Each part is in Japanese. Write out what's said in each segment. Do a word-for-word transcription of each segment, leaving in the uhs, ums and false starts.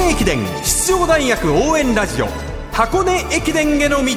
根駅伝出場大学応援ラジオ、箱根駅伝への道。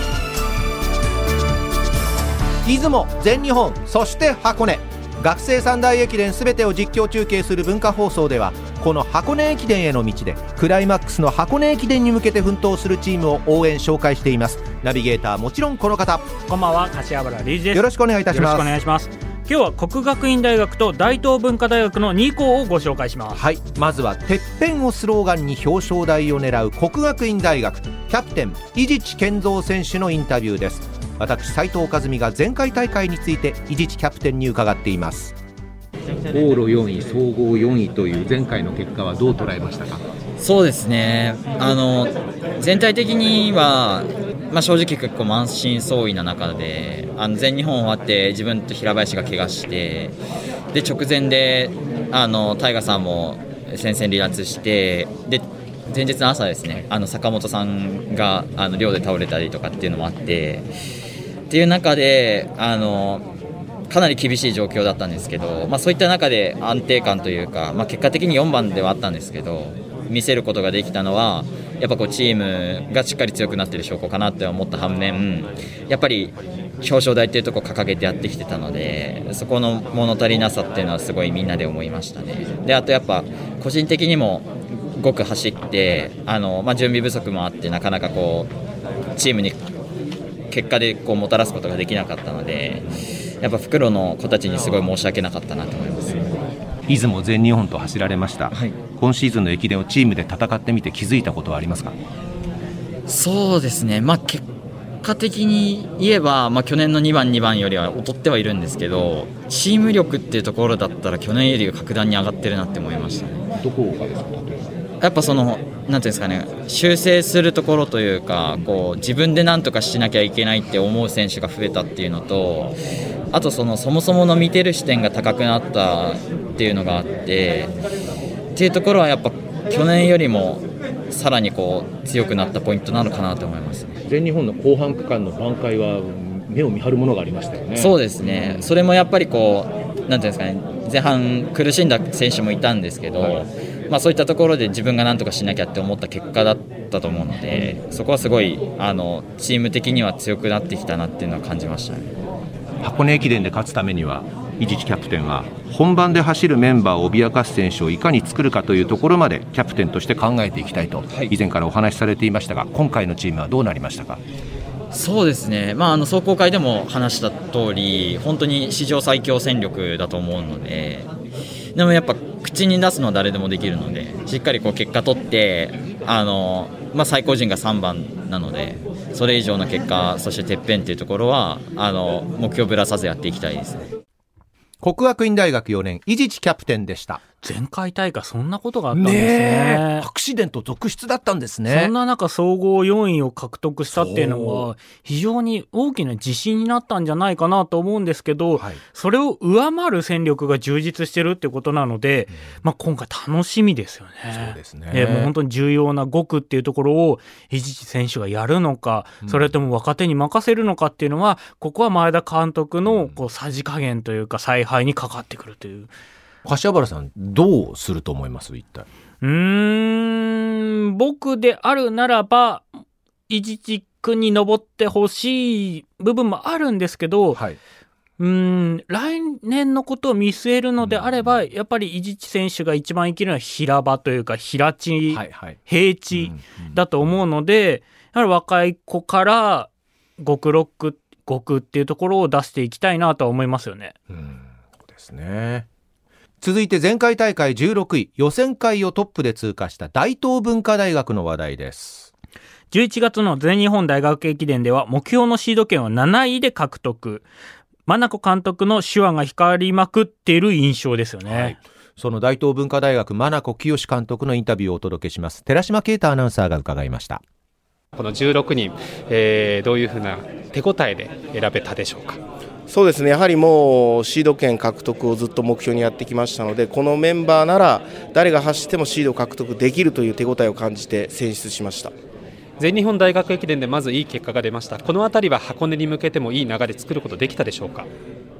出雲、全日本、そして箱根、学生三大駅伝すべてを実況中継する文化放送では、この箱根駅伝への道でクライマックスの箱根駅伝に向けて奮闘するチームを応援紹介しています。ナビゲーターもちろんこの方。 こんばんは、柏原隆二です。 よろしくお願いいたします。 よろしくお願いします。今日は国学院大学と大東文化大学のに校をご紹介します。 はい、まずはてっぺんをスローガンに表彰台を狙う国学院大学、キャプテン伊地知健三選手のインタビューです。私斉藤和美が前回大会について伊地知キャプテンに伺っています。往路よんい、総合よんいという前回の結果はどう捉えましたか？ そうですね、あの全体的には、まあ、正直結構満身創痍な中で、あの全日本終わって自分と平林が怪我して、で直前であのタイガさんも戦線離脱して、で前日の朝ですね、あの坂本さんがあの寮で倒れたりとかっていうのもあってっていう中で、あのかなり厳しい状況だったんですけど、まあ、そういった中で安定感というか、まあ、結果的によんばんではあったんですけど、見せることができたのはやっぱこうチームがしっかり強くなっている証拠かなって思った反面、やっぱり表彰台っていうところを掲げてやってきてたので、そこの物足りなさっていうのはすごいみんなで思いましたね。であとやっぱ個人的にもごく走ってあの、まあ、準備不足もあってなかなかこうチームに結果でこうもたらすことができなかったので、やっぱ袋の子たちにすごい申し訳なかったなと思います。 出雲、全日本と走られました、 はい、 今シーズンの駅伝をチームで戦ってみて気づいたことはありますか？ そうですね、まあ、結果的に言えば、まあ、去年のにばんにばんよりは劣ってはいるんですけど、チーム力っていうところだったら去年より格段に上がってるなって思いましたね。 どこがですか？ やっぱそのなんていうんですかね、修正するところというか、こう自分で何とかしなきゃいけないって思う選手が増えたっていうのと、あとそのそもそもの見てる視点が高くなったっていうのがあってっていうところはやっぱ去年よりもさらにこう強くなったポイントなのかなと思いますね。 全日本の後半区間の挽回は目を見張るものがありましたよね。 そうですね、それもやっぱりこうなんていうんですかね、前半苦しんだ選手もいたんですけど、はい、まあ、そういったところで自分が何とかしなきゃって思った結果だったと思うので、そこはすごいあのチーム的には強くなってきたなっていうのは感じましたね。 箱根駅伝で勝つためには伊地知キャプテンは本番で走るメンバーを脅かす選手をいかに作るかというところまでキャプテンとして考えていきたいと以前からお話しされていましたが、今回のチームはどうなりましたか？ そうですね、まあ、あの壮行会でも話した通り本当に史上最強戦力だと思うので、でもやっぱ口に出すのは誰でもできるので、しっかりこう結果取ってあの、まあ、最高順がさんばんなので、それ以上の結果、そしててっぺんというところはあの目標をぶらさずやっていきたいですね。 國學院大学よねん伊地知キャプテンでした。 前回大会そんなことがあったんですね。 アクシデント続出だったんですね。 そんな中総合よんいを獲得したっていうのは非常に大きな自信になったんじゃないかなと思うんですけど、はい、それを上回る戦力が充実してるってことなので、うん、まあ、今回楽しみですよね。 そうですね、 えー、もう本当に重要なごくっていうところを伊地知選手がやるのか、うん、それとも若手に任せるのかっていうのは、ここは前田監督のこうさじ加減というか采配にかかってくるという。 柏原さんどうすると思います？一体うーん僕であるならば伊地知君に登ってほしい部分もあるんですけど、はい、うーん来年のことを見据えるのであれば、うん、やっぱり伊地知選手が一番生きるのは平場というか平地、はいはい、平地だと思うので、やはり若い子からごくろく、ごくっていうところを出していきたいなとは思いますよね。 うん、そうですね。続いて前回大会じゅうろくい、予選会をトップで通過した大東文化大学の話題です。 じゅういちがつの全日本大学駅伝では目標のシード権をなないで獲得。真名子監督の手腕が光りまくっている印象ですよね。はい、 その大東文化大学真名子清監督のインタビューをお届けします。寺島啓太アナウンサーが伺いました。 このじゅうろくにん、えー、どういうふうな手応えで選べたでしょうか？ そうですね、やはりもうシード権獲得をずっと目標にやってきましたので、このメンバーなら誰が走ってもシード獲得できるという手応えを感じて選出しました。 全日本大学駅伝でまずいい結果が出ました。このあたりは箱根に向けてもいい流れ作ることできたでしょうか？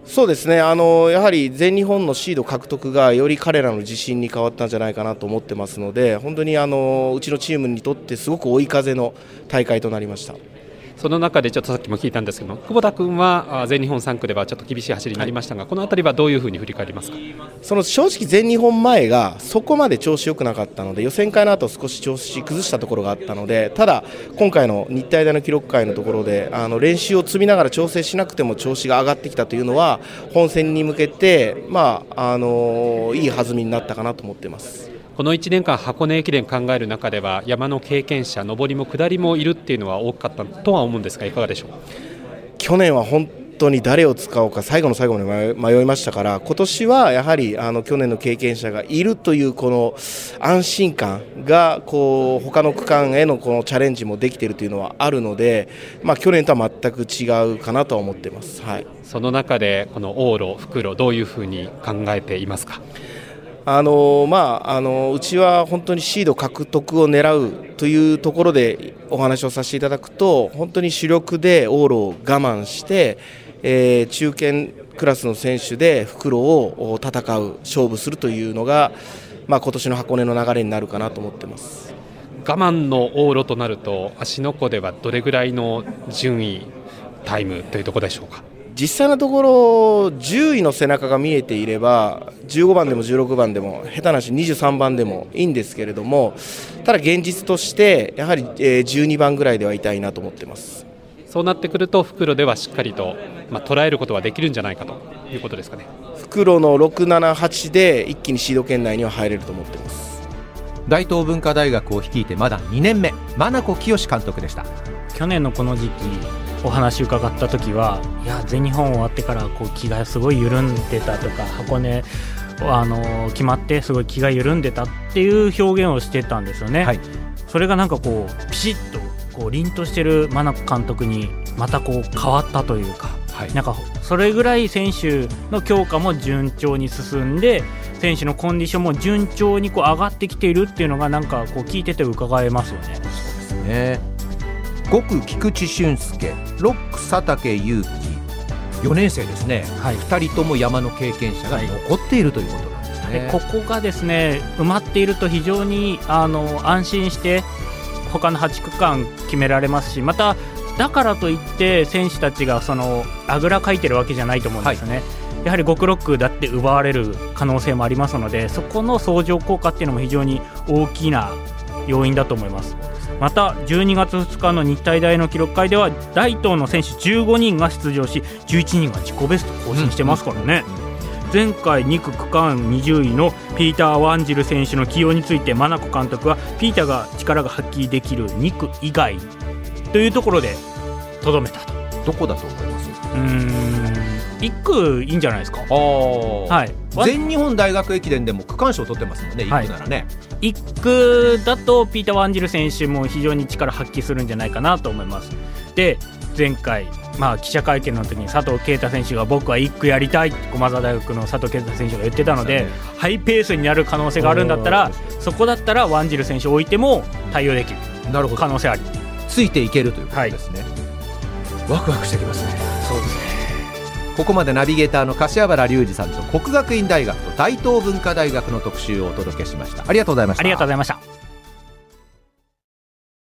そうですね、あのやはり全日本のシード獲得がより彼らの自信に変わったんじゃないかなと思ってますので、本当にあのうちのチームにとってすごく追い風の大会となりました。 その中でちょっとさっきも聞いたんですけども、久保田君は全日本さん区ではちょっと厳しい走りになりましたが、はい、このあたりはどういうふうに振り返りますか。 その正直全日本前がそこまで調子良くなかったので、予選会の後少し調子崩したところがあったので、ただ今回の日体大の記録会のところであの練習を積みながら調整しなくても調子が上がってきたというのは、本戦に向けて、まああのいい弾みになったかなと思っています。 このいちねんかん箱根駅伝考える中では山の経験者、上りも下りもいるっていうのは多かったとは思うんですが、いかがでしょう。 去年は本当に誰を使おうか最後の最後まで迷いましたから、今年はやはりあの去年の経験者がいるというこの安心感がこう他の区間へのこのチャレンジもできているというのはあるので、まあ、去年とは全く違うかなとは思っています、はい、 その中でこの往路、復路どういうふうに考えていますか。 あのまあ、あのうちは本当にシード獲得を狙うというところでお話をさせていただくと、本当に主力で往路を我慢して、えー、中堅クラスの選手で復路を戦う、勝負するというのが、まあ、今年の箱根の流れになるかなと思っています。 我慢の往路となると、芦ノ湖ではどれぐらいの順位、タイムというところでしょうか。 実際のところじゅういの背中が見えていればじゅうごばんでもじゅうろくばんでも下手なしにじゅうさんばんでもいいんですけれども、ただ現実としてやはりじゅうにばんぐらいではいたいなと思っています。 そうなってくると復路ではしっかりと、まあ、捉えることはできるんじゃないかということですかね。 復路のろく、なな、はちで一気にシード圏内には入れると思っています。 大東文化大学を率いてまだにねんめ、真名子清監督でした。 去年のこの時期お話伺った時は、いや全日本終わってからこう気がすごい緩んでたとか、箱根あの決まってすごい気が緩んでたっていう表現をしてたんですよね、はい、それがなんかこうピシッとこう凛としてる真名子監督にまたこう変わったというか、はい、なんかそれぐらい選手の強化も順調に進んで、選手のコンディションも順調にこう上がってきているっていうのがなんかこう聞いてて伺えますよね。 そうですね。ごく菊池俊介、ろっく佐竹勇気、よねん生ですね、はい、ふたりとも山の経験者が残っているということなんですね、 はい、ここがですね埋まっていると非常にあの安心して他のはちくかん決められますし、まただからといって選手たちがそのあぐらかいてるわけじゃないと思うんですよね、はい、やはりごくろっくだって奪われる可能性もありますので、そこの相乗効果っていうのも非常に大きな要因だと思います。またじゅうにがつふつかの日体大の記録会では大東の選手じゅうごにんが出場し、じゅういちにんが自己ベスト更新してますからね、うんうん、前回にく区間にじゅういのピーター・ワンジル選手の起用について真名子監督は、ピーターが力が発揮できるにく以外というところでとどめたと。 どこだと思います？ うーんいっくいいんじゃないですか。あ、 はい、全日本大学駅伝でも区間賞を取ってますもんね、いっくならね、 はい、いっくだとピーター・ワンジル選手も非常に力発揮するんじゃないかなと思います。で前回、まあ、記者会見の時に佐藤圭太選手が僕はいっくやりたいって駒澤大学の佐藤圭太選手が言ってたので、ハイペースになる可能性があるんだったら、そこだったらワンジル選手を置いても対応できる可能性あり、 ついていけるということですね、はい、ワクワクしてきますね。 そうですね。 ここまでナビゲーターの柏原隆二さんと國學院大學と大東文化大学の特集をお届けしました。ありがとうございました。 ありがとうございました。